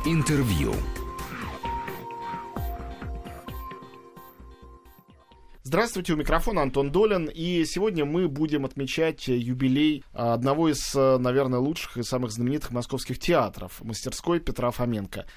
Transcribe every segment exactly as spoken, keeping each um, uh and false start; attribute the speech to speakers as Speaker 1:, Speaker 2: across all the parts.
Speaker 1: Интервью.
Speaker 2: Здравствуйте, у микрофона Антон Долин, и сегодня мы будем отмечать юбилей одного из, наверное, лучших и самых знаменитых московских театров, мастерской Петра Фоменко.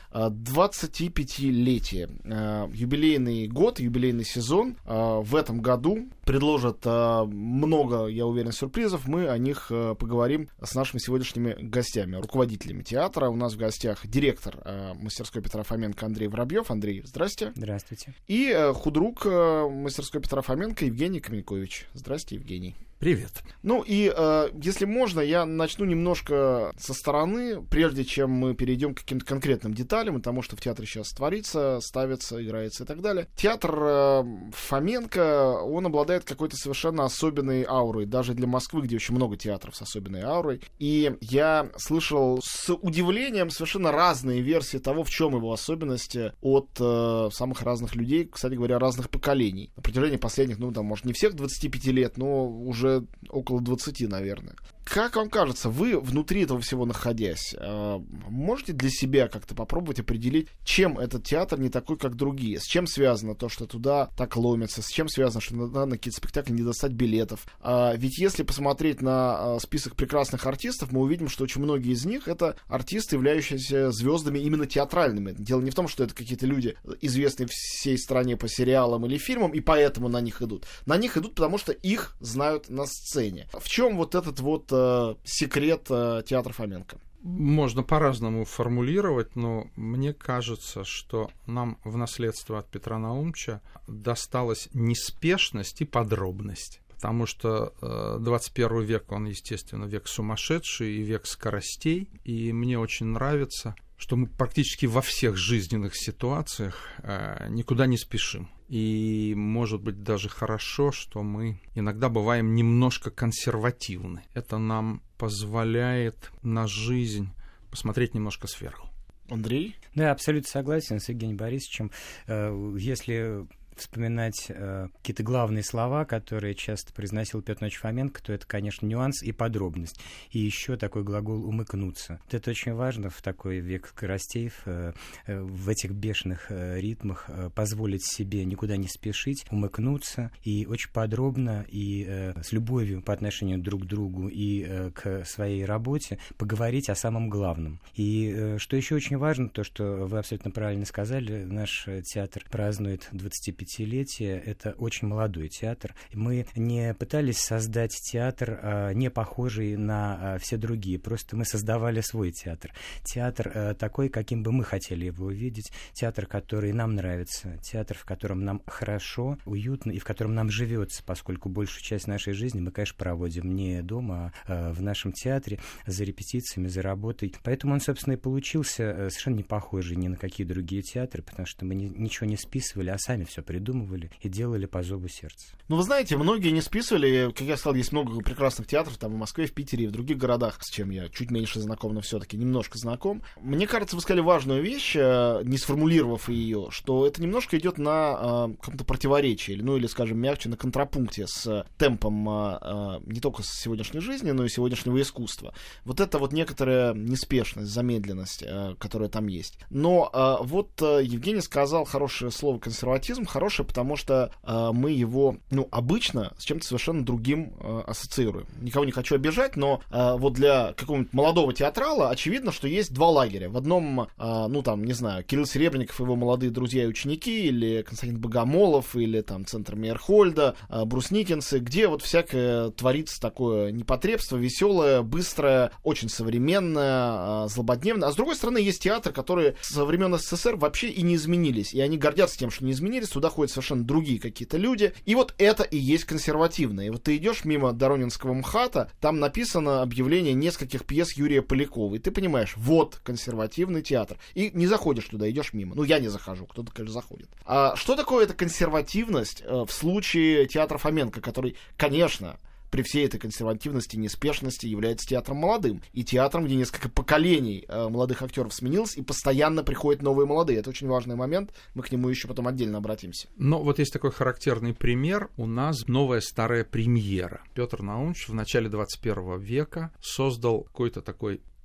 Speaker 2: двадцатипятилетие. Юбилейный год, юбилейный сезон в этом году предложат много, я уверен, сюрпризов. Мы о них поговорим с нашими сегодняшними гостями, руководителями театра. У нас в гостях директор мастерской Петра Фоменко Андрей Воробьев. Андрей, здрасте.
Speaker 3: Здравствуйте.
Speaker 2: И худрук мастерской Петра Фоменко Евгений Каменькович. Здрасте, Евгений.
Speaker 4: Привет.
Speaker 2: Ну и, э, если можно, я начну немножко со стороны, прежде чем мы перейдем к каким-то конкретным деталям, потому что в театре сейчас творится, ставится, играется и так далее. Театр э, Фоменко, он обладает какой-то совершенно особенной аурой, даже для Москвы, где очень много театров с особенной аурой. И я слышал с удивлением совершенно разные версии того, в чем его особенности от э, самых разных людей, кстати говоря, разных поколений. На протяжении последних, ну там, может, не всех двадцати пяти лет, но уже около двадцати, наверное. Как вам кажется, вы внутри этого всего находясь, можете для себя как-то попробовать определить, чем этот театр не такой, как другие? С чем связано то, что туда так ломится? С чем связано, что на, на какие-то спектакли не достать билетов? А ведь если посмотреть на список прекрасных артистов, мы увидим, что очень многие из них — это артисты, являющиеся звездами именно театральными. Дело не в том, что это какие-то люди, известные всей стране по сериалам или фильмам, и поэтому на них идут. На них идут, потому что их знают на сцене. В чем вот этот вот секрет театра Фоменко?
Speaker 4: Можно по-разному формулировать, но мне кажется, что нам в наследство от Петра Наумовича досталась неспешность и подробность. Потому что двадцать первый век, он, естественно, век сумасшедший и век скоростей. И мне очень нравится, что мы практически во всех жизненных ситуациях никуда не спешим. И, может быть, даже хорошо, что мы иногда бываем немножко консервативны. Это нам позволяет на жизнь посмотреть немножко сверху.
Speaker 2: Андрей?
Speaker 3: Да, я абсолютно согласен с Евгением Борисовичем. Если вспоминать э, какие-то главные слова, которые часто произносил Петр Иванович Фоменко, то это, конечно, нюанс и подробность. И еще такой глагол «умыкнуться». Вот это очень важно в такой век скоростей, э, э, в этих бешеных э, ритмах э, позволить себе никуда не спешить, умыкнуться и очень подробно и э, с любовью по отношению друг к другу и э, к своей работе поговорить о самом главном. И э, что еще очень важно, то, что вы абсолютно правильно сказали, наш театр празднует двадцатипятилетие. Это очень молодой театр. Мы не пытались создать театр, а, не похожий на а, все другие. Просто мы создавали свой театр. Театр а, такой, каким бы мы хотели его увидеть. Театр, который нам нравится. Театр, в котором нам хорошо, уютно и в котором нам живется, поскольку большую часть нашей жизни мы, конечно, проводим не дома, а в нашем театре, за репетициями, за работой. Поэтому он, собственно, и получился совершенно не похожий ни на какие другие театры, потому что мы ни, ничего не списывали, а сами все придумали. придумывали и делали по зову сердца.
Speaker 2: Ну, вы знаете, многие не списывали. Как я сказал, есть много прекрасных театров там в Москве, в Питере и в других городах, с чем я чуть меньше знаком, но все-таки немножко знаком. Мне кажется, вы сказали важную вещь, не сформулировав ее, что это немножко идет на э, каком-то противоречии, ну или, скажем, мягче, на контрапункте с темпом э, не только с сегодняшней жизни, но и сегодняшнего искусства. Вот это вот некоторая неспешность, замедленность, э, которая там есть. Но э, вот э, Евгений сказал хорошее слово «консерватизм», хорошее, потому что э, мы его, ну, обычно с чем-то совершенно другим э, ассоциируем. Никого не хочу обижать, но э, вот для какого-нибудь молодого театрала очевидно, что есть два лагеря. В одном, э, ну, там, не знаю, Кирилл Серебренников и его молодые друзья и ученики, или Константин Богомолов, или там Центр Мейерхольда, э, Брусникинцы, где вот всякое творится такое непотребство, веселое, быстрое, очень современное, э, злободневное. А с другой стороны, есть театры, которые со времен СССР вообще и не изменились, и они гордятся тем, что не изменились, туда ходят совершенно другие какие-то люди, и вот это и есть консервативное. И вот ты идешь мимо Доронинского МХАТа, там написано объявление нескольких пьес Юрия Полякова, и ты понимаешь, вот консервативный театр. И не заходишь туда, идешь мимо. Ну, я не захожу, кто-то, конечно, заходит. А что такое эта консервативность э, в случае театра Фоменко, который, конечно, при всей этой консервативности и неспешности является театром молодым. И театром, где несколько поколений э, молодых актеров сменилось, и постоянно приходят новые молодые. Это очень важный момент, мы к нему еще потом отдельно обратимся.
Speaker 4: Но вот есть такой характерный пример. У нас новая старая премьера. Петр Наумович в начале двадцать первого века создал какой-то такой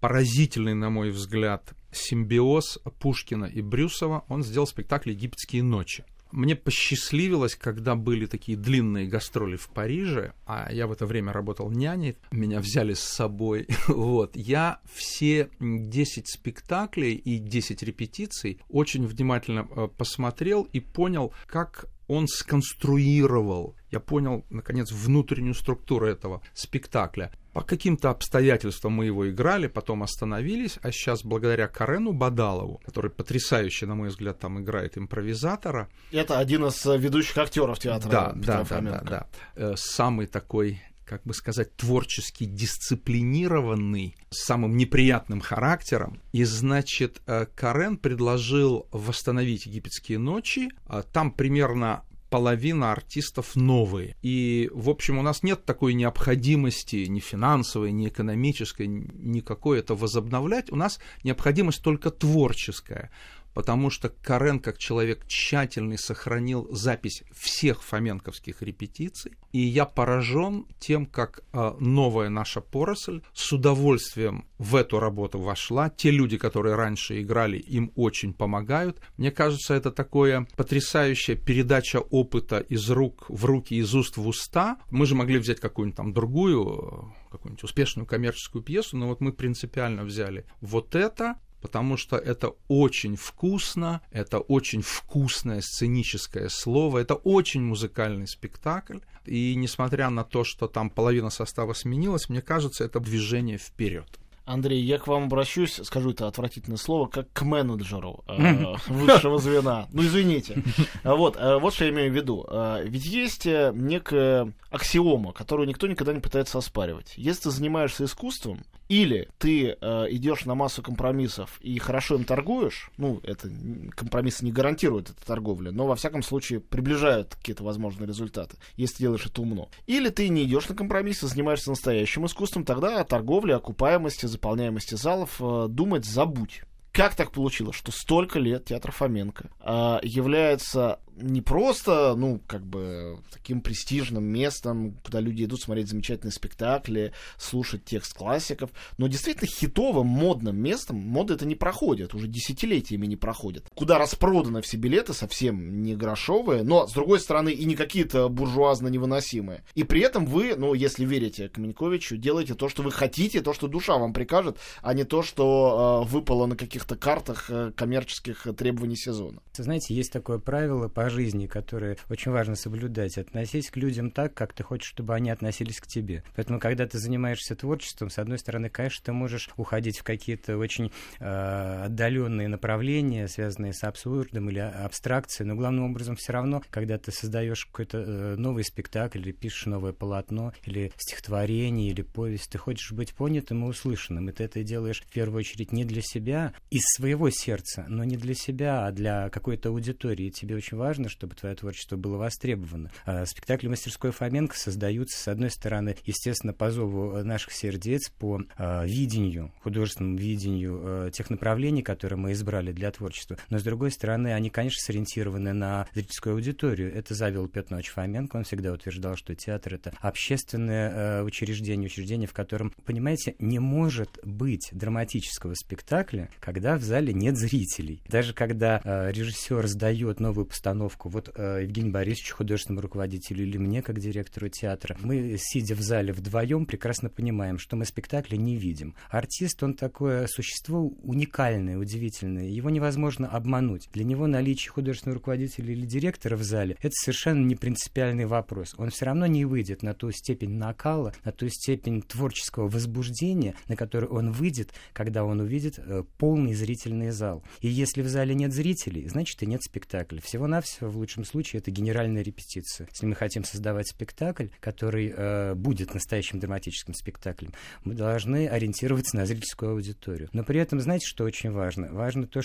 Speaker 4: поразительный, на мой взгляд, симбиоз Пушкина и Брюсова. Он сделал спектакль «Египетские ночи». Мне посчастливилось, когда были такие длинные гастроли в Париже, а я в это время работал няней, меня взяли с собой. Вот. Я все десять спектаклей и десять репетиций очень внимательно посмотрел и понял, как он сконструировал. Я понял, наконец, внутреннюю структуру этого спектакля. По каким-то обстоятельствам мы его играли, потом остановились, а сейчас благодаря Карену Бадалову, который потрясающе, на мой взгляд, там играет импровизатора.
Speaker 2: Это один из ведущих актеров театра.
Speaker 4: Да, да, да, да, да. Самый такой, как бы сказать, творчески дисциплинированный, с самым неприятным характером. И, значит, Карен предложил восстановить «Египетские ночи». Там примерно половина артистов новые. И, в общем, у нас нет такой необходимости ни финансовой, ни экономической, никакой это возобновлять. У нас необходимость только творческая. Потому что Карен, как человек тщательный, сохранил запись всех фоменковских репетиций. И я поражен тем, как э, новая наша поросль с удовольствием в эту работу вошла. Те люди, которые раньше играли, им очень помогают. Мне кажется, это такое потрясающая передача опыта из рук в руки, из уст в уста. Мы же могли взять какую-нибудь там другую, какую-нибудь успешную коммерческую пьесу, но вот мы принципиально взяли вот это, потому что это очень вкусно, это очень вкусное сценическое слово, это очень музыкальный спектакль. И несмотря на то, что там половина состава сменилась, мне кажется, это движение вперед.
Speaker 2: Андрей, я к вам обращусь, скажу это отвратительное слово, как к менеджеру э, высшего звена. Ну, извините. Вот, э, вот что я имею в виду. Э, ведь есть некая аксиома, которую никто никогда не пытается оспаривать. Если ты занимаешься искусством, или ты э, идешь на массу компромиссов и хорошо им торгуешь, ну, это компромиссы не гарантируют эту торговлю, но, во всяком случае, приближают какие-то возможные результаты, если ты делаешь это умно. Или ты не идешь на компромиссы, занимаешься настоящим искусством, тогда о торговле, окупаемости, заполняемости залов э, думать забудь. Как так получилось, что столько лет театр Фоменко э, является не просто, ну, как бы, таким престижным местом, куда люди идут смотреть замечательные спектакли, слушать текст классиков, но действительно хитовым, модным местом, мода это не проходит, уже десятилетиями не проходит, куда распроданы все билеты, совсем не грошовые, но, с другой стороны, и не какие-то буржуазно невыносимые. И при этом вы, ну, если верите Каменьковичу, делаете то, что вы хотите, то, что душа вам прикажет, а не то, что э, выпало на каких-то картах э, коммерческих требований сезона.
Speaker 3: Знаете, есть такое правило по жизни, которое очень важно соблюдать. Относись к людям так, как ты хочешь, чтобы они относились к тебе. Поэтому, когда ты занимаешься творчеством, с одной стороны, конечно, ты можешь уходить в какие-то очень э, отдаленные направления, связанные с абсурдом или абстракцией, но главным образом все равно, когда ты создаешь какой-то э, новый спектакль, или пишешь новое полотно, или стихотворение, или повесть, ты хочешь быть понятым и услышанным, и ты это делаешь в первую очередь не для себя, из своего сердца, но не для себя, а для какой-то аудитории. И тебе очень важно, чтобы твое творчество было востребовано. Спектакли «Мастерской Фоменко» создаются, с одной стороны, естественно, по зову наших сердец, по э, видению, художественному видению э, тех направлений, которые мы избрали для творчества. Но, с другой стороны, они, конечно, сориентированы на зрительскую аудиторию. Это завел Петр Иванович Фоменко. Он всегда утверждал, что театр — это общественное э, учреждение, учреждение, в котором, понимаете, не может быть драматического спектакля, когда в зале нет зрителей. Даже когда э, режиссер сдает новую постановку, вот э, Евгению Борисовичу, художественному руководителю, или мне, как директору театра, мы, сидя в зале вдвоем, прекрасно понимаем, что мы спектакля не видим. Артист, он такое существо уникальное, удивительное, его невозможно обмануть. Для него наличие художественного руководителя или директора в зале — это совершенно не принципиальный вопрос. Он все равно не выйдет на ту степень накала, на ту степень творческого возбуждения, на которую он выйдет, когда он увидит э, полный зрительный зал. И если в зале нет зрителей, значит и нет спектакля. Всего-навсего, в лучшем случае, это генеральная репетиция. Если мы хотим создавать спектакль, который э, будет настоящим драматическим спектаклем, мы должны ориентироваться на зрительскую аудиторию. Но при этом, знаете, что очень важно? Важно то, что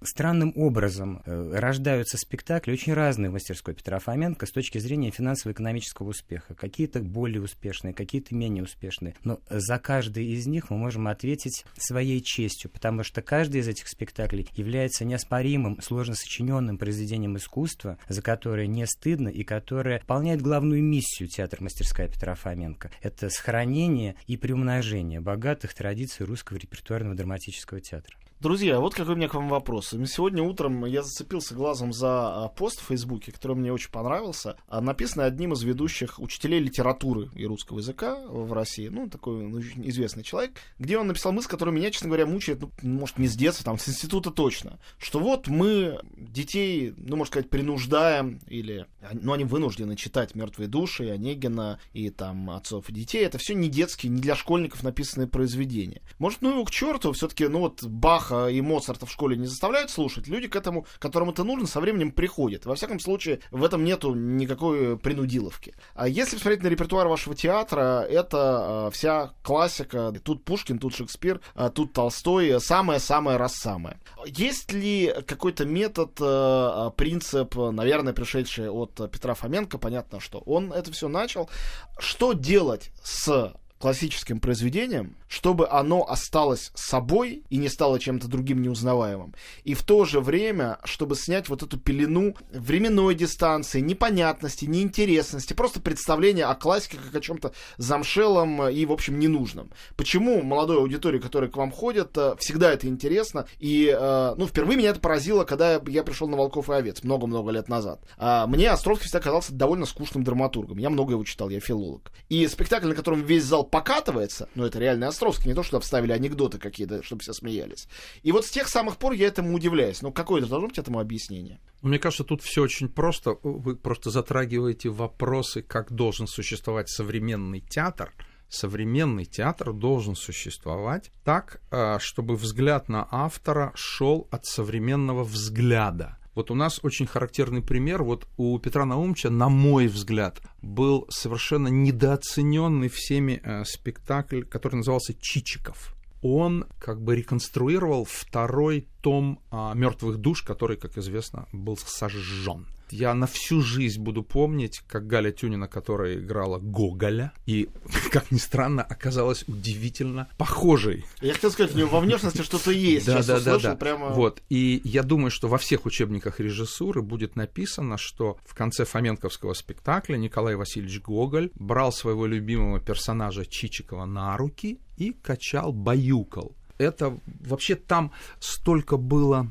Speaker 3: Странным образом э, рождаются спектакли очень разные в мастерской Петра Фоменко с точки зрения финансово-экономического успеха. Какие-то более успешные, какие-то менее успешные. Но за каждый из них мы можем ответить своей честью, потому что каждый из этих спектаклей является неоспоримым, сложно сочиненным произведением искусства, за которое не стыдно и которое выполняет главную миссию театра «Мастерская Петра Фоменко». Это сохранение и приумножение богатых традиций русского репертуарного драматического театра.
Speaker 2: Друзья, вот какой у меня к вам вопрос. Сегодня утром я зацепился глазом за пост в Фейсбуке, который мне очень понравился, написанный одним из ведущих учителей литературы и русского языка в России, ну, такой очень известный человек, где он написал мысль, которая меня, честно говоря, мучает, ну, может, не с детства, там, с института точно, что вот мы детей, ну, можно сказать, принуждаем, или, ну, они вынуждены читать «Мертвые души», и Онегина, и там «Отцов и детей». Это все не детские, не для школьников написанные произведения. Может, ну его к черту, все-таки, ну, вот Бах и Моцарта в школе не заставляют слушать, люди к этому, которым это нужно, со временем приходят. Во всяком случае, в этом нету никакой принудиловки. А если посмотреть на репертуар вашего театра, это э, вся классика. Тут Пушкин, тут Шекспир, э, тут Толстой, самое-самое раз самое. Есть ли какой-то метод, э, принцип, наверное, пришедший от Петра Фоменко, понятно, что он это все начал. Что делать с классическим произведением, чтобы оно осталось собой и не стало чем-то другим неузнаваемым. И в то же время, чтобы снять вот эту пелену временной дистанции, непонятности, неинтересности, просто представления о классике как о чем-то замшелом и, в общем, ненужном. Почему молодой аудитории, которая к вам ходит, всегда это интересно? И, ну, впервые меня это поразило, когда я пришел на «Волков и овец» много-много лет назад. Мне Островский всегда казался довольно скучным драматургом. Я много его читал, я филолог. И спектакль, на котором весь зал покатывается, ну, это реально Островский, не то, что вставили анекдоты какие-то, чтобы все смеялись. И вот с тех самых пор я этому удивляюсь. Ну, какое должно быть этому объяснение?
Speaker 4: Мне кажется, тут все очень просто. Вы просто затрагиваете вопросы, как должен существовать современный театр. Современный театр должен существовать так, чтобы взгляд на автора шел от современного взгляда. Вот у нас очень характерный пример. Вот у Петра Наумовича, на мой взгляд, был совершенно недооцененный всеми э, спектакль, который назывался «Чичиков». Он как бы реконструировал второй том э, «Мертвых душ», который, как известно, был сожжен. Я на всю жизнь буду помнить, как Галя Тюнина, которая играла Гоголя, и, как ни странно, оказалась удивительно похожей.
Speaker 2: Я хотел сказать, у нее во внешности что-то есть.
Speaker 4: Да,
Speaker 2: Сейчас
Speaker 4: да,
Speaker 2: услышал,
Speaker 4: да, да.
Speaker 2: Прямо...
Speaker 4: Вот. И я думаю, что во всех учебниках режиссуры будет написано, что в конце фоменковского спектакля Николай Васильевич Гоголь брал своего любимого персонажа Чичикова на руки и качал, баюкал. Это вообще там столько было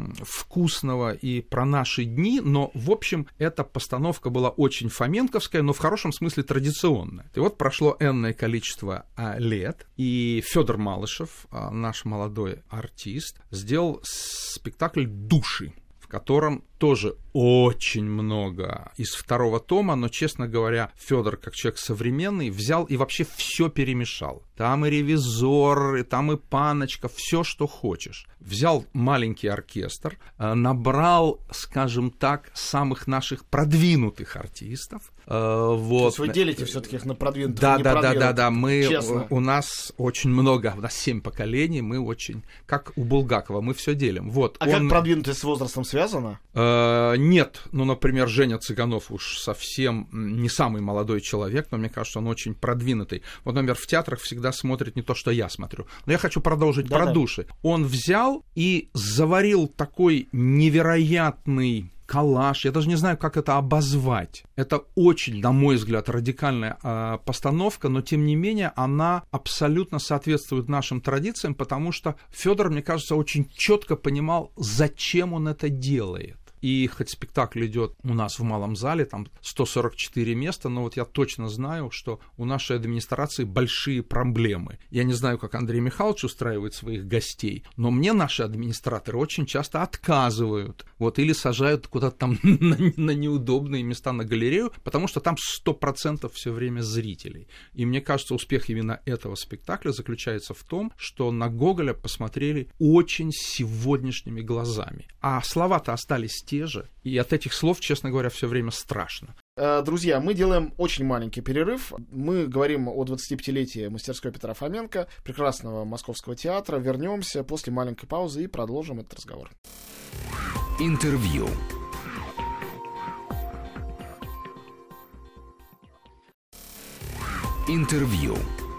Speaker 4: вкусного и про наши дни, но, в общем, эта постановка была очень фоменковская, но в хорошем смысле традиционная. И вот прошло энное количество а, лет, и Федор Малышев, а, наш молодой артист, сделал спектакль «Души», в котором тоже очень много из второго тома, но, честно говоря, Федор, как человек современный, взял и вообще все перемешал. Там и «Ревизор», и там и «Паночка», все, что хочешь. Взял маленький оркестр, набрал, скажем так, самых наших продвинутых артистов. Вот.
Speaker 2: То есть вы делите все-таки их на продвинутых,
Speaker 4: да,
Speaker 2: не
Speaker 4: да,
Speaker 2: продвинутых.
Speaker 4: да, да, да, мы,
Speaker 2: Честно.
Speaker 4: У нас очень много, у нас семь поколений, мы очень, как у Булгакова, мы все делим. Вот,
Speaker 2: а
Speaker 4: он...
Speaker 2: как продвинутость с возрастом связана?
Speaker 4: Э, нет, ну, например, Женя Цыганов уж совсем не самый молодой человек, но мне кажется, он очень продвинутый. Вот, например, в театрах всегда смотрит не то, что я смотрю. Но я хочу продолжить
Speaker 2: Да-да.
Speaker 4: про «Души». Он взял и заварил такой невероятный коллаж, я даже не знаю, как это обозвать. Это очень, на мой взгляд, радикальная э, постановка, но тем не менее она абсолютно соответствует нашим традициям, потому что Федор, мне кажется, очень четко понимал, зачем он это делает. И хоть спектакль идет у нас в малом зале, там сто сорок четыре места, но вот я точно знаю, что у нашей администрации большие проблемы. Я не знаю, как Андрей Михайлович устраивает своих гостей, но мне наши администраторы очень часто отказывают. Вот, или сажают куда-то там на, на неудобные места на галерею, потому что там сто процентов все время зрителей. И мне кажется, успех именно этого спектакля заключается в том, что на Гоголя посмотрели очень сегодняшними глазами. А слова-то остались те же, и от этих слов, честно говоря, все время страшно.
Speaker 2: Друзья, мы делаем очень маленький перерыв. Мы говорим о двадцатипятилетии мастерской Петра Фоменко, прекрасного московского театра. Вернемся после маленькой паузы и продолжим этот разговор.
Speaker 1: Интервью. Интервью.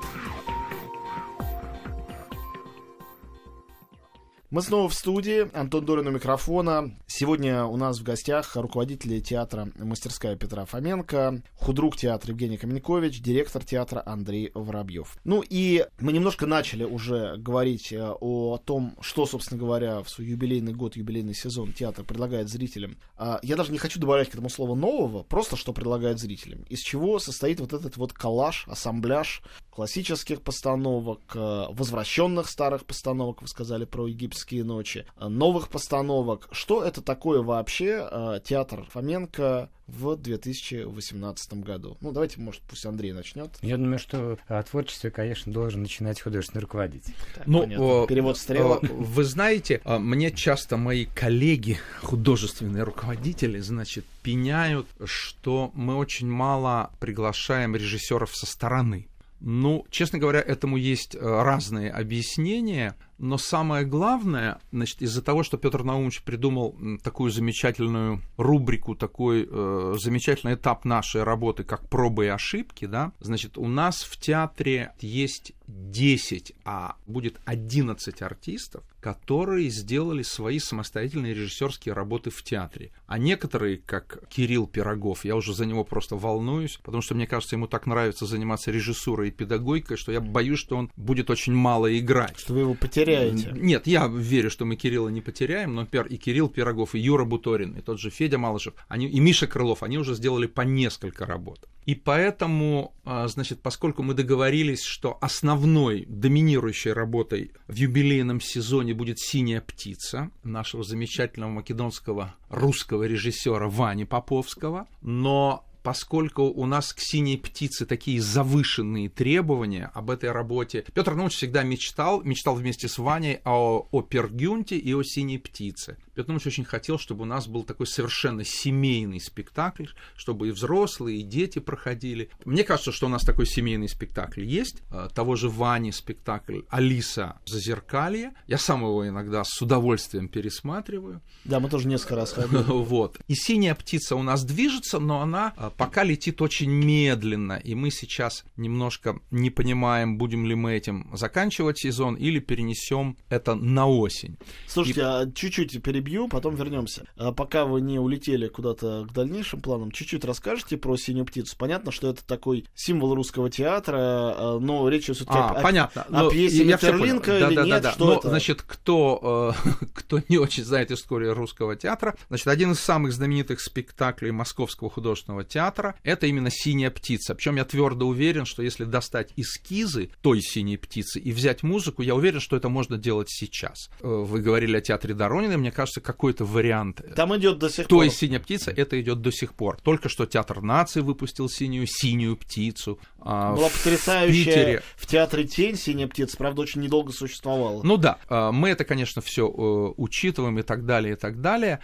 Speaker 2: Мы снова в студии. Антон Долин у микрофона. Сегодня у нас в гостях руководитель театра «Мастерская» Петра Фоменко, худрук театра Евгений Каменькович, директор театра Андрей Воробьев. Ну и мы немножко начали уже говорить о том, что, собственно говоря, в свой юбилейный год, юбилейный сезон театр предлагает зрителям. Я даже не хочу добавлять к этому слову нового, просто что предлагает зрителям. Из чего состоит вот этот вот коллаж, ассамбляж классических постановок, возвращенных старых постановок, вы сказали про египетские ночи, новых постановок. Что это такое вообще театр Фоменко в две тысячи восемнадцатом году? Ну, давайте, может, пусть Андрей начнет.
Speaker 3: Я думаю, что о творчестве, конечно, должен начинать художественный руководитель.
Speaker 2: Так,
Speaker 4: ну,
Speaker 2: понятно. Перевод стрелок.
Speaker 4: Вы знаете, мне часто мои коллеги, художественные руководители, значит, пеняют, что мы очень мало приглашаем режиссеров со стороны. Ну, честно говоря, этому есть разные объяснения, но самое главное, значит, из-за того, что Петр Наумович придумал такую замечательную рубрику, такой э, замечательный этап нашей работы, как пробы и ошибки, да, значит, у нас в театре есть десять, а будет одиннадцать артистов, которые сделали свои самостоятельные режиссерские работы в театре. А некоторые, как Кирилл Пирогов, я уже за него просто волнуюсь, потому что, мне кажется, ему так нравится заниматься режиссурой и педагогикой, что я боюсь, что он будет очень мало играть.
Speaker 2: Что вы его потеряете.
Speaker 4: Нет, я верю, что мы Кирилла не потеряем, но, например, и Кирилл Пирогов, и Юра Буторин, и тот же Федя Малышев, они, и Миша Крылов, они уже сделали по несколько работ. И поэтому, значит, поскольку мы договорились, что основной, доминирующей работой в юбилейном сезоне будет «Синяя птица» нашего замечательного македонского русского режиссера Вани Поповского, но поскольку у нас к «Синей птице» такие завышенные требования об этой работе, Петр Наумович всегда мечтал, мечтал вместе с Ваней о, о Пергюнте и о «Синей птице». Петр Наумович очень хотел, чтобы у нас был такой совершенно семейный спектакль, чтобы и взрослые, и дети проходили. Мне кажется, что у нас такой семейный спектакль есть. Того же Вани спектакль «Алиса. Зазеркалье». Я сам его иногда с удовольствием пересматриваю.
Speaker 2: Да, мы тоже несколько раз ходили.
Speaker 4: Вот. И «Синяя птица» у нас движется, но она пока летит очень медленно, и мы сейчас немножко не понимаем, будем ли мы этим заканчивать сезон или перенесем это на осень.
Speaker 2: Слушайте,
Speaker 4: и...
Speaker 2: а чуть-чуть перебью, потом вернемся. А пока вы не улетели куда-то к дальнейшим планам, чуть-чуть расскажете про «Синюю птицу». Понятно, что это такой символ русского театра, но речь все-таки
Speaker 4: а,
Speaker 2: о,
Speaker 4: понятно.
Speaker 2: о, о пьесе Метерлинка или
Speaker 4: да,
Speaker 2: нет?
Speaker 4: Да, да.
Speaker 2: Что
Speaker 4: Но,
Speaker 2: это?
Speaker 4: Значит, кто, э, кто не очень знает историю русского театра, значит, один из самых знаменитых спектаклей Московского художественного театра — это именно «Синяя птица». Причем я твердо уверен, что если достать эскизы той «Синей птицы» и взять музыку, я уверен, что это можно делать сейчас. Вы говорили о театре Доронина, мне кажется, какой-то вариант.
Speaker 2: Там идет до сих
Speaker 4: той
Speaker 2: пор.
Speaker 4: То «Синяя птица» это идет до сих пор. Только что Театр нации выпустил синюю «Синюю птицу».
Speaker 2: Была
Speaker 4: в
Speaker 2: потрясающая
Speaker 4: Питере.
Speaker 2: В театре «Тень» «Синяя птица», правда, очень недолго существовала.
Speaker 4: Ну да, мы это, конечно, все учитываем и так далее, и так далее,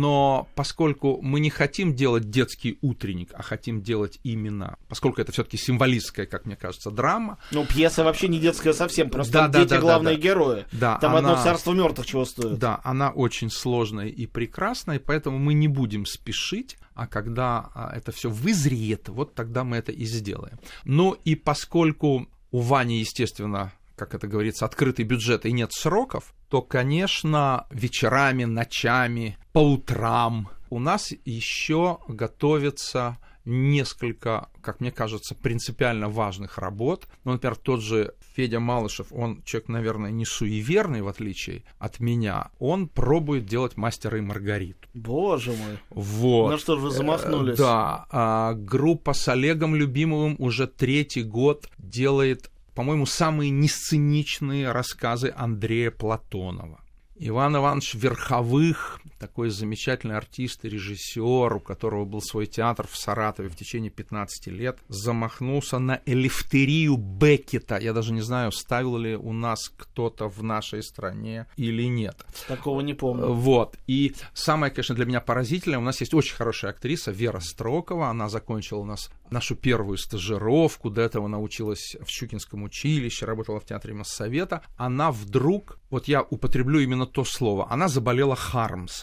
Speaker 4: но поскольку мы не хотим делать детский утренник, а хотим делать именно, поскольку это все-таки символистская, как мне кажется, драма.
Speaker 2: Ну, пьеса вообще не детская совсем, просто
Speaker 4: да,
Speaker 2: там
Speaker 4: да,
Speaker 2: дети
Speaker 4: да,
Speaker 2: главные
Speaker 4: да,
Speaker 2: герои.
Speaker 4: Да,
Speaker 2: там
Speaker 4: она...
Speaker 2: одно царство мертвых чего стоит.
Speaker 4: Да, она очень сложная и прекрасная, поэтому мы не будем спешить, а когда это все вызреет, вот тогда мы это и сделаем. Ну и поскольку у Вани, естественно, как это говорится, открытый бюджет и нет сроков, то, конечно, вечерами, ночами, по утрам у нас еще готовится несколько, как мне кажется, принципиально важных работ. Ну, например, тот же Федя Малышев, он человек, наверное, не суеверный, в отличие от меня. Он пробует делать «Мастера и Маргариту».
Speaker 2: Боже мой.
Speaker 4: Вот.
Speaker 2: Ну что ж вы замахнулись.
Speaker 4: Да. А группа с Олегом Любимовым уже третий год делает, по-моему, самые несценичные рассказы Андрея Платонова. Иван Иванович Верховых, такой замечательный артист и режиссер, у которого был свой театр в Саратове в течение пятнадцати лет, замахнулся на элефтерию Беккета. Я даже не знаю, ставил ли у нас кто-то в нашей стране или нет.
Speaker 2: Такого не помню.
Speaker 4: Вот. И самое, конечно, для меня поразительное, у нас есть очень хорошая актриса Вера Строкова, она закончила у нас нашу первую стажировку, до этого она училась в Щукинском училище, работала в театре Моссовета. Она вдруг, вот я употреблю именно то слово, она заболела Хармсом.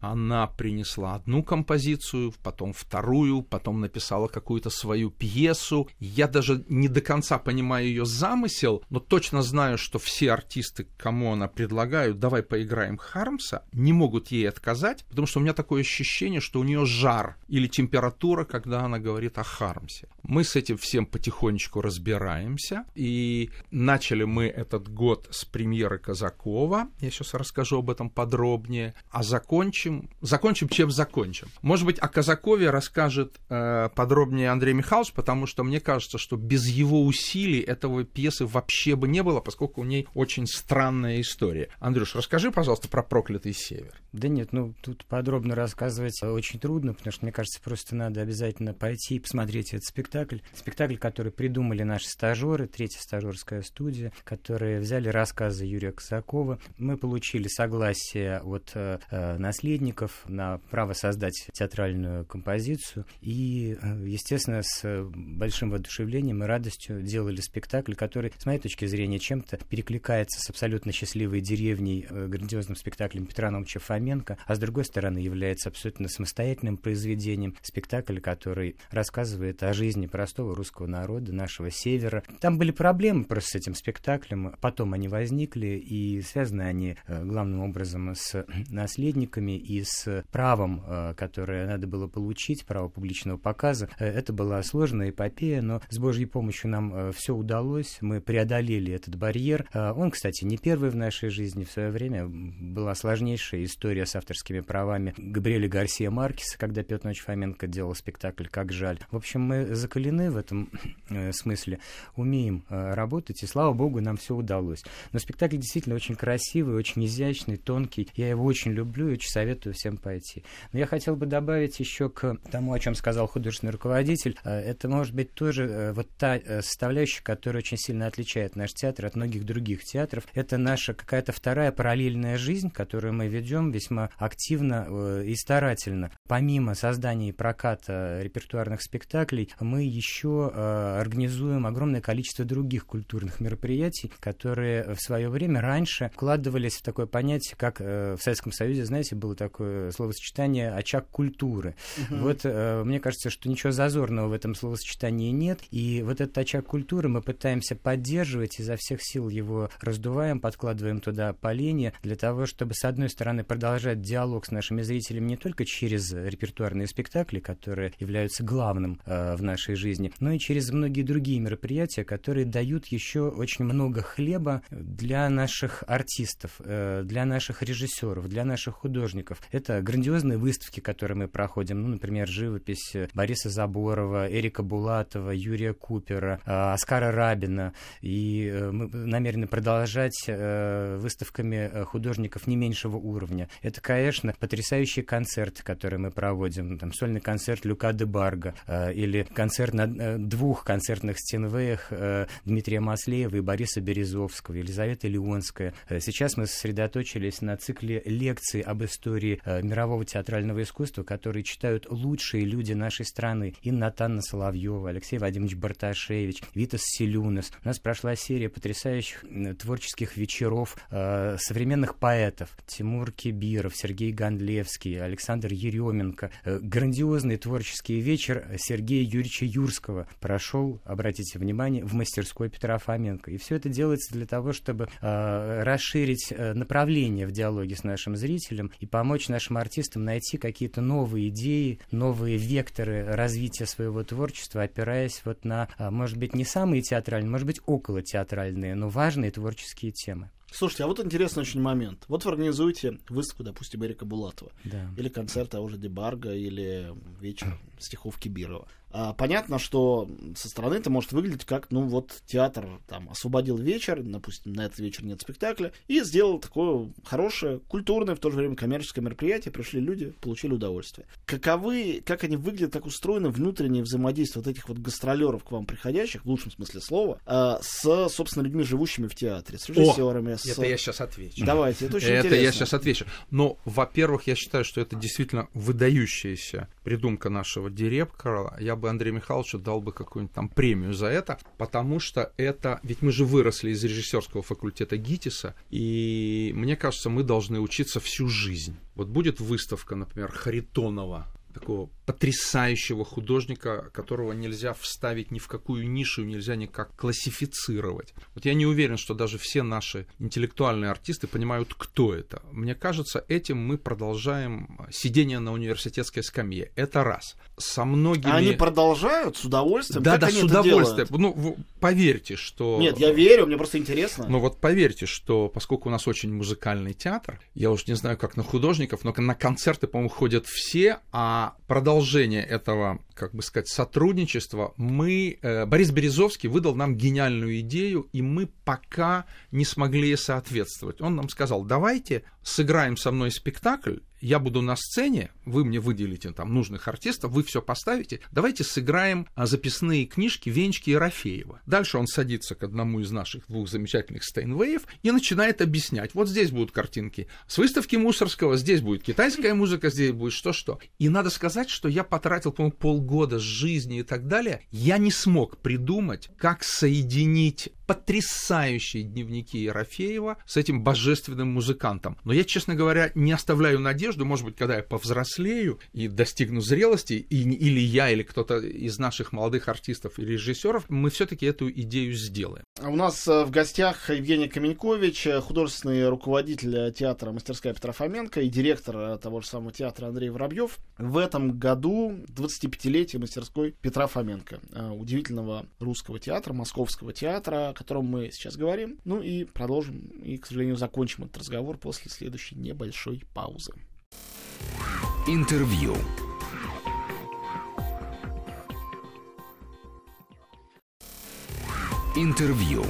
Speaker 4: она принесла одну композицию, потом вторую, потом написала какую-то свою пьесу. Я даже не до конца понимаю ее замысел, но точно знаю, что все артисты, кому она предлагает, давай поиграем Хармса, не могут ей отказать, потому что у меня такое ощущение, что у нее жар или температура, когда она говорит о Хармсе. Мы с этим всем потихонечку разбираемся, и начали мы этот год с премьеры Казакова. Я сейчас расскажу об этом подробнее. А закончим Закончим, чем закончим. Может быть, о Казакове расскажет э, подробнее Андрей Михайлович, потому что мне кажется, что без его усилий этого пьесы вообще бы не было, поскольку у ней очень странная история. Андрюш, расскажи, пожалуйста, про «Проклятый север».
Speaker 3: Да нет, ну тут подробно рассказывать очень трудно, потому что, мне кажется, просто надо обязательно пойти и посмотреть этот спектакль. Спектакль, который придумали наши стажеры, третья стажерская студия, которые взяли рассказы Юрия Казакова. Мы получили согласие от э, наследников на право создать театральную композицию. И, естественно, с большим воодушевлением и радостью делали спектакль, который, с моей точки зрения, чем-то перекликается с абсолютно счастливой деревней, грандиозным спектаклем Петра Наумовича Фоменко, а с другой стороны является абсолютно самостоятельным произведением. Спектакль, который рассказывает о жизни простого русского народа, нашего севера. Там были проблемы просто с этим спектаклем, потом они возникли, и связаны они главным образом с наследниками и с правом, которое надо было получить, право публичного показа. Это была сложная эпопея, но с Божьей помощью нам все удалось. Мы преодолели этот барьер. Он, кстати, не первый в нашей жизни. В свое время была сложнейшая история с авторскими правами Габриэля Гарсия Маркеса, когда Петр Иванович Фоменко делал спектакль «Как жаль». В общем, мы закалены в этом смысле, умеем работать, и, слава богу, нам все удалось. Но спектакль действительно очень красивый, очень изящный, тонкий. Я его очень люблю и очень советую всем пойти. Но я хотел бы добавить еще к тому, о чем сказал художественный руководитель. Это может быть тоже вот та составляющая, которая очень сильно отличает наш театр от многих других театров. Это наша какая-то вторая параллельная жизнь, которую мы ведем весьма активно и старательно. Помимо создания и проката репертуарных спектаклей, мы еще организуем огромное количество других культурных мероприятий, которые в свое время раньше вкладывались в такое понятие, как в Советском Союзе, знаете, было такое словосочетание «очаг культуры». Uh-huh. Вот э, мне кажется, что ничего зазорного в этом словосочетании нет, и вот этот очаг культуры мы пытаемся поддерживать, изо всех сил его раздуваем, подкладываем туда поленья для того, чтобы, с одной стороны, продолжать диалог с нашими зрителями не только через репертуарные спектакли, которые являются главным э, в нашей жизни, но и через многие другие мероприятия, которые дают еще очень много хлеба для наших артистов, э, для наших режиссеров, для наших художников. Это грандиозные выставки, которые мы проходим, ну, например, живопись Бориса Заборова, Эрика Булатова, Юрия Купера, Оскара Рабина, и мы намерены продолжать выставками художников не меньшего уровня. Это, конечно, потрясающие концерты, которые мы проводим, там, сольный концерт Люка де Барга, или концерт на двух концертных стенвеях Дмитрия Маслеева и Бориса Березовского, Елизавета Леонская. Сейчас мы сосредоточились на цикле лекций об истории э, мирового театрального искусства, которые читают лучшие люди нашей страны. Инна Натановна Соловьева, Алексей Вадимович Барташевич, Витас Селюнас. У нас прошла серия потрясающих э, творческих вечеров э, современных поэтов. Тимур Кибиров, Сергей Гондлевский, Александр Еременко. Э, грандиозный творческий вечер Сергея Юрьевича Юрского прошел, обратите внимание, в мастерской Петра Фоменко. И все это делается для того, чтобы э, расширить э, направление в диалоге с нашим зрителям и помочь нашим артистам найти какие-то новые идеи, новые векторы развития своего творчества, опираясь вот на, может быть, не самые театральные, может быть, около театральные, но важные творческие темы.
Speaker 2: Слушайте, а вот интересный очень момент. Вот вы организуете выставку, допустим, Эрика Булатова.
Speaker 3: Да.
Speaker 2: Или концерт того же Дебарга, или вечер стихов Кибирова. А, понятно, что со стороны это может выглядеть как, ну вот, театр там освободил вечер, допустим, на этот вечер нет спектакля, и сделал такое хорошее, культурное, в то же время коммерческое мероприятие, пришли люди, получили удовольствие. Каковы, как они выглядят, как устроены внутренние взаимодействия вот этих вот гастролеров к вам приходящих, в лучшем смысле слова, а, с, собственно, людьми, живущими в театре, с режиссерами.
Speaker 4: О, с... Это я сейчас отвечу.
Speaker 2: Давайте, это очень
Speaker 4: это
Speaker 2: интересно.
Speaker 4: Это я сейчас отвечу. Но, во-первых, я считаю, что это действительно выдающаяся придумка нашего директора. Я бы Андрею Михайловичу дал бы какую-нибудь там премию за это, потому что это... Ведь мы же выросли из режиссерского факультета ГИТИСа, и мне кажется, мы должны учиться всю жизнь. Вот будет выставка, например, Харитонова, такого потрясающего художника, которого нельзя вставить ни в какую нишу, нельзя никак классифицировать. Вот я не уверен, что даже все наши интеллектуальные артисты понимают, кто это. Мне кажется, этим мы продолжаем сидение на университетской скамье. Это раз. Со многими...
Speaker 2: А они продолжают с удовольствием?
Speaker 4: Да,
Speaker 2: как
Speaker 4: да,
Speaker 2: они
Speaker 4: с удовольствием. Ну, поверьте, что...
Speaker 2: Нет, я верю, мне просто интересно.
Speaker 4: Ну вот поверьте, что поскольку у нас очень музыкальный театр, я уж не знаю, как на художников, но на концерты, по-моему, ходят все, а продолжение этого, как бы сказать, сотрудничества, мы, э, Борис Березовский выдал нам гениальную идею, и мы пока не смогли ей соответствовать. Он нам сказал: давайте сыграем со мной спектакль, я буду на сцене, вы мне выделите там нужных артистов, вы все поставите, давайте сыграем записные книжки Венечки Ерофеева. Дальше он садится к одному из наших двух замечательных Стейнвеев и начинает объяснять: вот здесь будут картинки с выставки Мусорского, здесь будет китайская музыка, здесь будет что-что. И надо сказать, что я потратил, по-моему, полгода с жизни и так далее, я не смог придумать, как соединить потрясающие дневники Ерофеева с этим божественным музыкантом. Но я, честно говоря, не оставляю надежду, может быть, когда я повзрослею и достигну зрелости, и, или я, или кто-то из наших молодых артистов и режиссеров, мы все-таки эту идею сделаем.
Speaker 2: У нас в гостях Евгений Каменькович, художественный руководитель театра «Мастерская Петра Фоменко» и директор того же самого театра Андрей Воробьев. В этом году двадцатипятилетие мастерской Петра Фоменко, удивительного русского театра, московского театра, о котором мы сейчас говорим. Ну и продолжим, и, к сожалению, закончим этот разговор после следующей небольшой паузы.
Speaker 1: Интервью. Интервью.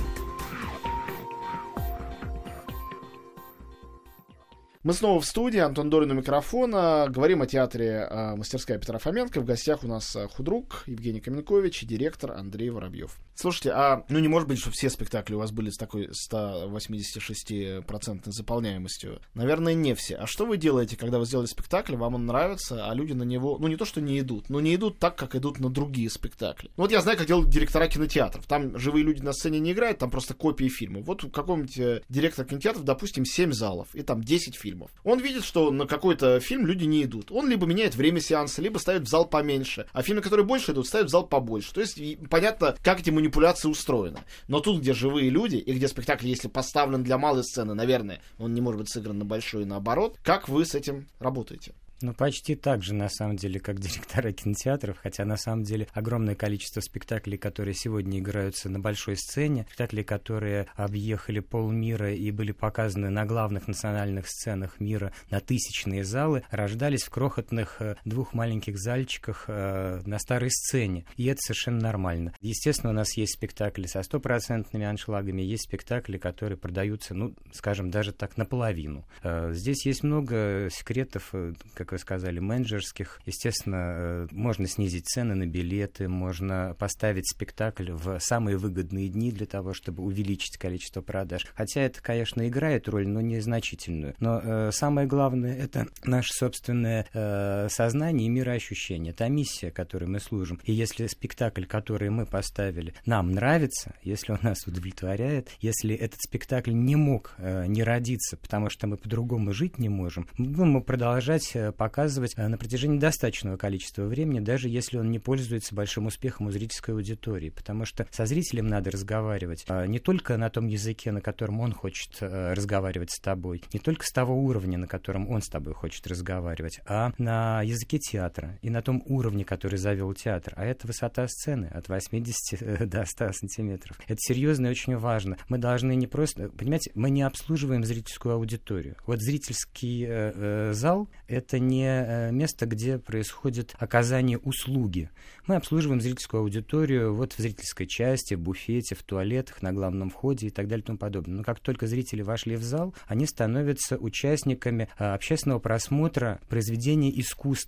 Speaker 2: Мы снова в студии, Антон Дорин у микрофона. Говорим о театре э, «Мастерская Петра Фоменко». В гостях у нас э, худрук Евгений Каменькович и директор Андрей Воробьев. Слушайте, а ну не может быть, что все спектакли у вас были с такой сто восемьдесят шесть процентов заполняемостью? Наверное, не все. А что вы делаете, когда вы сделали спектакль, вам он нравится, а люди на него, ну не то, что не идут, но не идут так, как идут на другие спектакли? Ну вот я знаю, как делают директора кинотеатров. Там живые люди на сцене не играют, там просто копии фильмов. Вот у какого-нибудь директора кинотеатров, допустим, семь залов, и там десять фильмов. Он видит, что на какой-то фильм люди не идут. Он либо меняет время сеанса, либо ставит в зал поменьше. А фильмы, которые больше идут, ставят в зал побольше. То есть понятно, как эти манипуляции устроены. Но тут, где живые люди, и где спектакль, если поставлен для малой сцены, наверное, он не может быть сыгран на большой и наоборот. Как вы с этим работаете?
Speaker 3: Ну, почти так же, на самом деле, как директора кинотеатров, хотя, на самом деле, огромное количество спектаклей, которые сегодня играются на большой сцене, спектакли, которые объехали полмира и были показаны на главных национальных сценах мира на тысячные залы, рождались в крохотных двух маленьких зальчиках э, на старой сцене, и это совершенно нормально. Естественно, у нас есть спектакли со стопроцентными аншлагами, есть спектакли, которые продаются, ну, скажем, даже так, наполовину. Э, здесь есть много секретов, как вы сказали, менеджерских. Естественно, можно снизить цены на билеты, можно поставить спектакль в самые выгодные дни для того, чтобы увеличить количество продаж. Хотя это, конечно, играет роль, но незначительную. Но э, самое главное — это наше собственное э, сознание и мироощущение. Та миссия, которой мы служим. И если спектакль, который мы поставили, нам нравится, если он нас удовлетворяет, если этот спектакль не мог э, не родиться, потому что мы по-другому жить не можем, мы будем продолжать э, показывать на протяжении достаточного количества времени, даже если он не пользуется большим успехом у зрительской аудитории. Потому что со зрителем надо разговаривать а, не только на том языке, на котором он хочет а, разговаривать с тобой, не только с того уровня, на котором он с тобой хочет разговаривать, а на языке театра и на том уровне, который завел театр. А это высота сцены от восьмидесяти до ста сантиметров. Это серьезно и очень важно. Мы должны не просто... Понимаете, мы не обслуживаем зрительскую аудиторию. Вот зрительский э, э, зал — это не место, где происходит оказание услуги. Мы обслуживаем зрительскую аудиторию вот в зрительской части, в буфете, в туалетах, на главном входе и так далее и тому подобное. Но как только зрители вошли в зал, они становятся участниками а, общественного просмотра произведения искусства.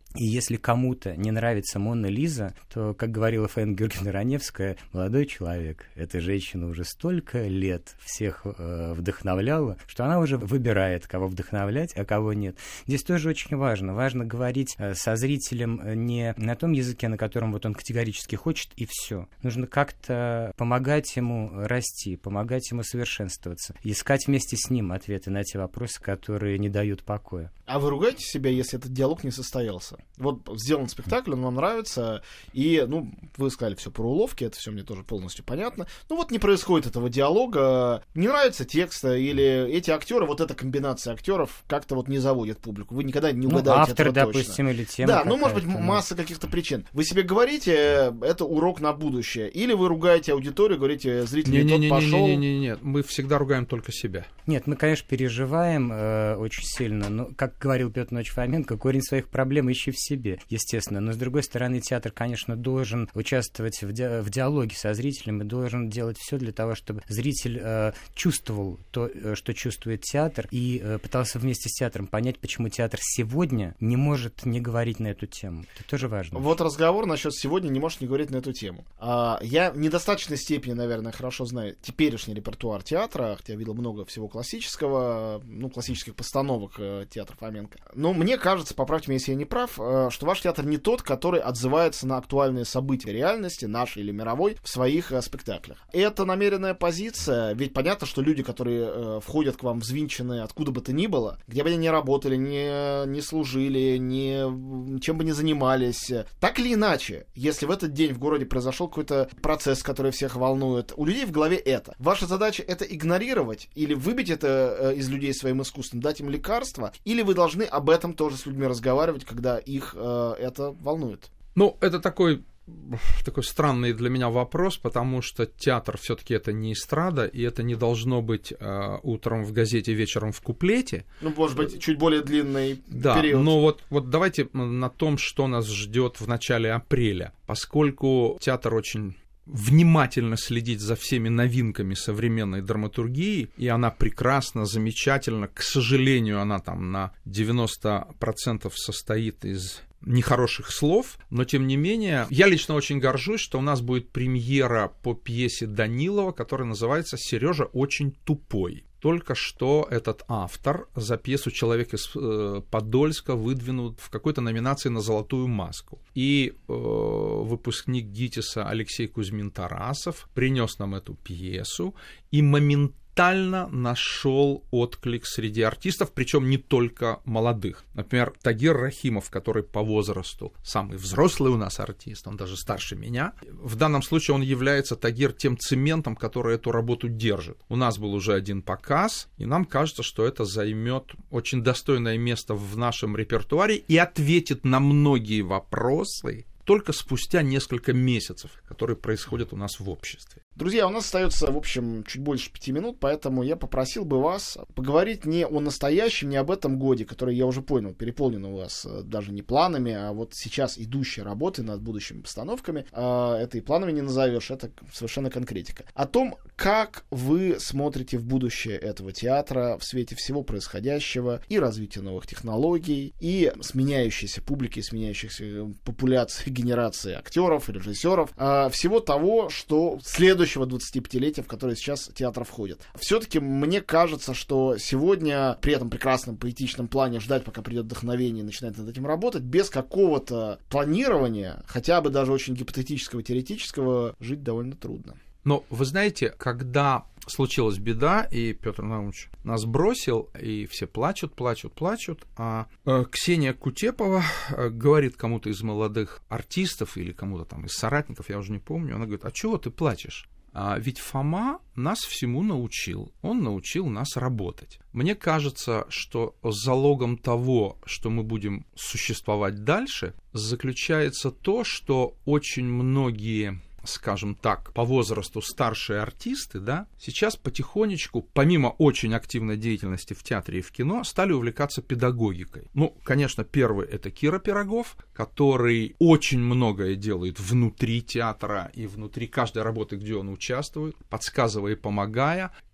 Speaker 3: И если кому-то не нравится Мона Лиза, то, как говорила Фаина Георгиевна Раневская, молодой человек, эта женщина уже столько лет всех э, вдохновляла, что она уже выбирает, кого вдохновлять, а кого нет. Здесь тоже очень важно. Важно говорить э, со зрителем не на том языке, на котором вот он категорически хочет, и все. Нужно как-то помогать ему расти, помогать ему совершенствоваться, искать вместе с ним ответы на те вопросы, которые не дают покоя.
Speaker 2: А вы ругаете себя, если этот диалог не состоялся? Вот сделан спектакль, он вам нравится, и, ну, вы сказали все про уловки, это все мне тоже полностью понятно. Ну вот не происходит этого диалога, не нравится текст, или эти актеры, вот эта комбинация актеров как-то вот не заводит публику. Вы никогда не угадаете
Speaker 3: ну, автор,
Speaker 2: этого
Speaker 3: допустим,
Speaker 2: точно.
Speaker 3: Или тема.
Speaker 2: Да, ну, может быть, масса каких-то причин. Вы себе говорите, это урок на будущее, или вы ругаете аудиторию, говорите, зритель не, не тот пошел.
Speaker 4: Не-не-не, мы всегда ругаем только себя.
Speaker 3: Нет, мы, конечно, переживаем э, очень сильно, но, как говорил Петр Иванович Фоменко, корень своих проблем ищи в себе, естественно. Но, с другой стороны, театр, конечно, должен участвовать в, ди- в диалоге со зрителем и должен делать все для того, чтобы зритель э, чувствовал то, что чувствует театр, и э, пытался вместе с театром понять, почему театр сегодня не может не говорить на эту тему. Это тоже важно.
Speaker 2: Вот разговор насчет сегодня не может не говорить на эту тему. А, я в недостаточной степени, наверное, хорошо знаю теперешний репертуар театра, хотя я видел много всего классического, ну, классических постановок э, театра Фоменко. Но мне кажется, поправьте меня, если я не прав, э, что ваш театр не тот, который отзывается на актуальные события реальности, нашей или мировой, в своих э, спектаклях. Это намеренная позиция, ведь понятно, что люди, которые э, входят к вам взвинченные откуда бы то ни было, где бы они ни работали, не, не служили, не, чем бы ни занимались, так или иначе, если в этот день в городе произошел какой-то процесс, который всех волнует, у людей в голове это. Ваша задача это игнорировать или выбить это э, из людей своим искусством, дать им лекарства, или вы должны об этом тоже с людьми разговаривать, когда их э, это волнует?
Speaker 4: Ну, это такой, такой странный для меня вопрос, потому что театр все-таки это не эстрада, и это не должно быть э, утром в газете, вечером в куплете.
Speaker 2: Ну, может быть, чуть более длинный
Speaker 4: да,
Speaker 2: период.
Speaker 4: Да, но вот, вот давайте на том, что нас ждет в начале апреля. Поскольку театр очень внимательно следить за всеми новинками современной драматургии, и она прекрасна, замечательна. К сожалению, она там на девяносто процентов состоит из нехороших слов, но тем не менее, я лично очень горжусь, что у нас будет премьера по пьесе Данилова, которая называется «Сережа очень тупой». Только что этот автор за пьесу «Человек из э, Подольска» выдвинут в какой-то номинации на «Золотую маску». И э, выпускник ГИТИСа Алексей Кузьмин-Тарасов принес нам эту пьесу и моментально нашел отклик среди артистов, причем не только молодых. Например, Тагир Рахимов, который по возрасту самый взрослый у нас артист, он даже старше меня. В данном случае он является, Тагир, тем цементом, который эту работу держит. У нас был уже один показ, и нам кажется, что это займет очень достойное место в нашем репертуаре и ответит на многие вопросы только спустя несколько месяцев, которые происходят у нас в обществе.
Speaker 2: Друзья, у нас остается, в общем, чуть больше пяти минут, поэтому я попросил бы вас поговорить не о настоящем, не об этом годе, который, я уже понял, переполнен у вас даже не планами, а вот сейчас идущей работы над будущими постановками. Это и планами не назовешь, это совершенно конкретика. О том, как вы смотрите в будущее этого театра в свете всего происходящего и развития новых технологий, и сменяющейся публики, сменяющихся популяций, генерации актеров, режиссеров, всего того, что следующего двадцатипятилетия, в которое сейчас театр входит. Все-таки мне кажется, что сегодня при этом прекрасном поэтичном плане ждать, пока придет вдохновение и начинать над этим работать, без какого-то планирования, хотя бы даже очень гипотетического, теоретического, жить довольно трудно.
Speaker 4: Но вы знаете, когда случилась беда, и Петр Наумович нас бросил, и все плачут, плачут, плачут, а Ксения Кутепова говорит кому-то из молодых артистов или кому-то там из соратников, я уже не помню, она говорит: а чего ты плачешь? А ведь Фома нас всему научил, он научил нас работать. Мне кажется, что залогом того, что мы будем существовать дальше, заключается то, что очень многие, скажем так, по возрасту старшие артисты, да, сейчас потихонечку, помимо очень активной деятельности в театре и в кино, стали увлекаться педагогикой. Ну, конечно, первый — это Кира Пирогов, который очень многое делает внутри театра и внутри каждой работы, где он участвует, подсказывая и помогая.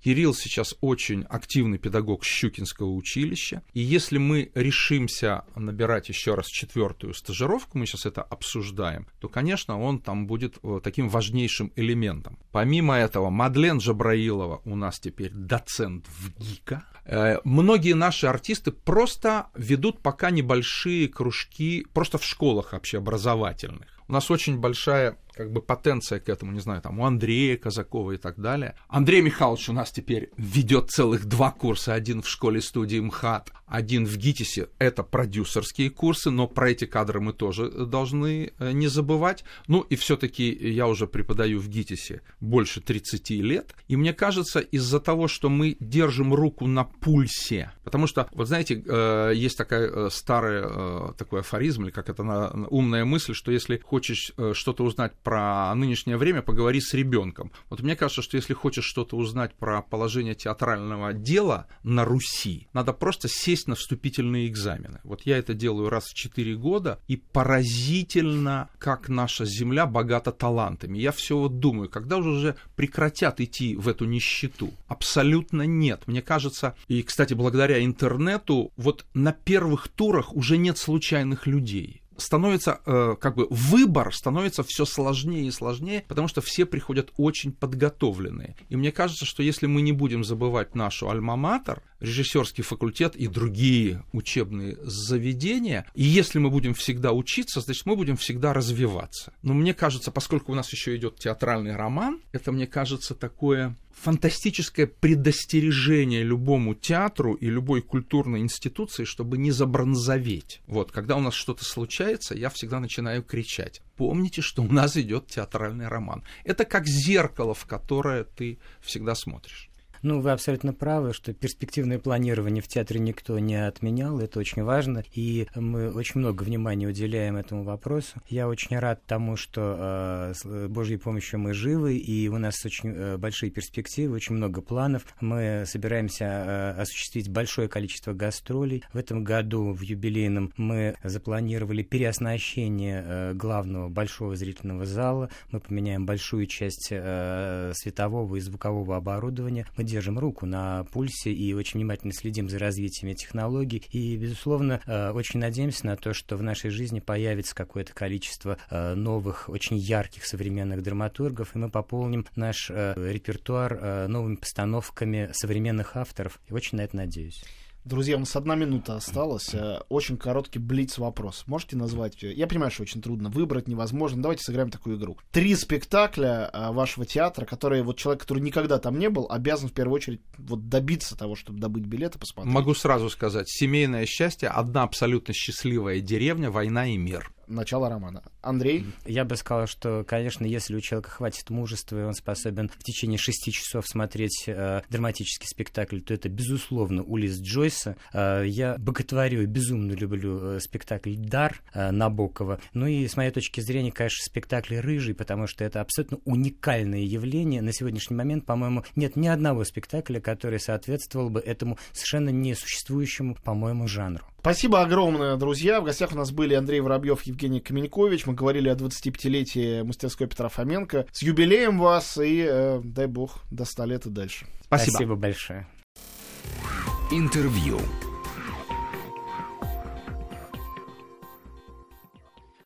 Speaker 4: Кирилл сейчас очень активный педагог Щукинского училища, и если мы решимся набирать еще раз четвертую стажировку, мы сейчас это обсуждаем, то, конечно, он там будет таким важнейшим элементом. Помимо этого, Мадлен Джабраилова у нас теперь доцент в ГИКа. Многие наши артисты просто ведут пока небольшие кружки, просто в школах общеобразовательных. У нас очень большая как бы потенция к этому, не знаю, там у Андрея Казакова и так далее. Андрей Михайлович у нас теперь ведет целых два курса, один в школе-студии МХАТ, один в ГИТИСе, это продюсерские курсы, но про эти кадры мы тоже должны не забывать. Ну и все-таки я уже преподаю в ГИТИСе больше тридцати лет, и мне кажется, из-за того, что мы держим руку на пульсе, потому что, вот знаете, есть такая старая такой афоризм, или как это, умная мысль, что если хочешь что-то узнать про нынешнее время, поговори с ребенком. Вот мне кажется, что если хочешь что-то узнать про положение театрального дела на Руси, надо просто сесть на вступительные экзамены. Вот я это делаю раз в четыре года, и поразительно, как наша земля богата талантами. Я все вот думаю, когда же уже прекратят идти в эту нищету? Абсолютно нет. Мне кажется, и, кстати, благодаря интернету, вот на первых турах уже нет случайных людей. Становится, э, как бы, выбор становится все сложнее и сложнее, потому что все приходят очень подготовленные. И мне кажется, что если мы не будем забывать нашу альма-матер, режиссерский факультет и другие учебные заведения, и если мы будем всегда учиться, значит, мы будем всегда развиваться. Но мне кажется, поскольку у нас еще идет театральный роман, это, мне кажется, такое фантастическое предостережение любому театру и любой культурной институции, чтобы не забронзоветь. Вот, когда у нас что-то случается, я всегда начинаю кричать: помните, что у нас идет театральный роман. Это как зеркало, в которое ты всегда смотришь.
Speaker 3: Ну, вы абсолютно правы, что перспективное планирование в театре никто не отменял, это очень важно, и мы очень много внимания уделяем этому вопросу. Я очень рад тому, что э, с Божьей помощью мы живы, и у нас очень э, большие перспективы, очень много планов. Мы собираемся э, осуществить большое количество гастролей. В этом году в юбилейном мы запланировали переоснащение э, главного большого зрительного зала, мы поменяем большую часть э, светового и звукового оборудования. Мы держим руку на пульсе и очень внимательно следим за развитием технологий. И, безусловно, очень надеемся на то, что в нашей жизни появится какое-то количество новых, очень ярких современных драматургов, и мы пополним наш репертуар новыми постановками современных авторов. И очень на это надеюсь.
Speaker 2: Друзья, у нас одна минута осталась. Очень короткий блиц-вопрос. Можете назвать? Я понимаю, что очень трудно выбрать, невозможно. Давайте сыграем такую игру. Три спектакля вашего театра, которые вот человек, который никогда там не был, обязан в первую очередь вот добиться того, чтобы добыть билет и посмотреть.
Speaker 4: Могу сразу сказать. «Семейное счастье», «Одна абсолютно счастливая деревня», «Война и мир».
Speaker 2: Начало романа. Андрей?
Speaker 3: Я бы сказал, что, конечно, если у человека хватит мужества, и он способен в течение шести часов смотреть э, драматический спектакль, то это, безусловно, Улисс Джойса. Э, я боготворю и безумно люблю э, спектакль «Дар» э, Набокова. Ну и, с моей точки зрения, конечно, спектакль «Рыжий», потому что это абсолютно уникальное явление. На сегодняшний момент, по-моему, нет ни одного спектакля, который соответствовал бы этому совершенно несуществующему, по-моему, жанру.
Speaker 2: Спасибо огромное, друзья. В гостях у нас были Андрей Воробьев, Евгений Каменькович. Мы говорили о двадцатипятилетии мастерской Петра Фоменко. С юбилеем вас и, э, дай бог, до ста лет и дальше.
Speaker 4: Спасибо.
Speaker 3: Спасибо большое.
Speaker 1: Интервью.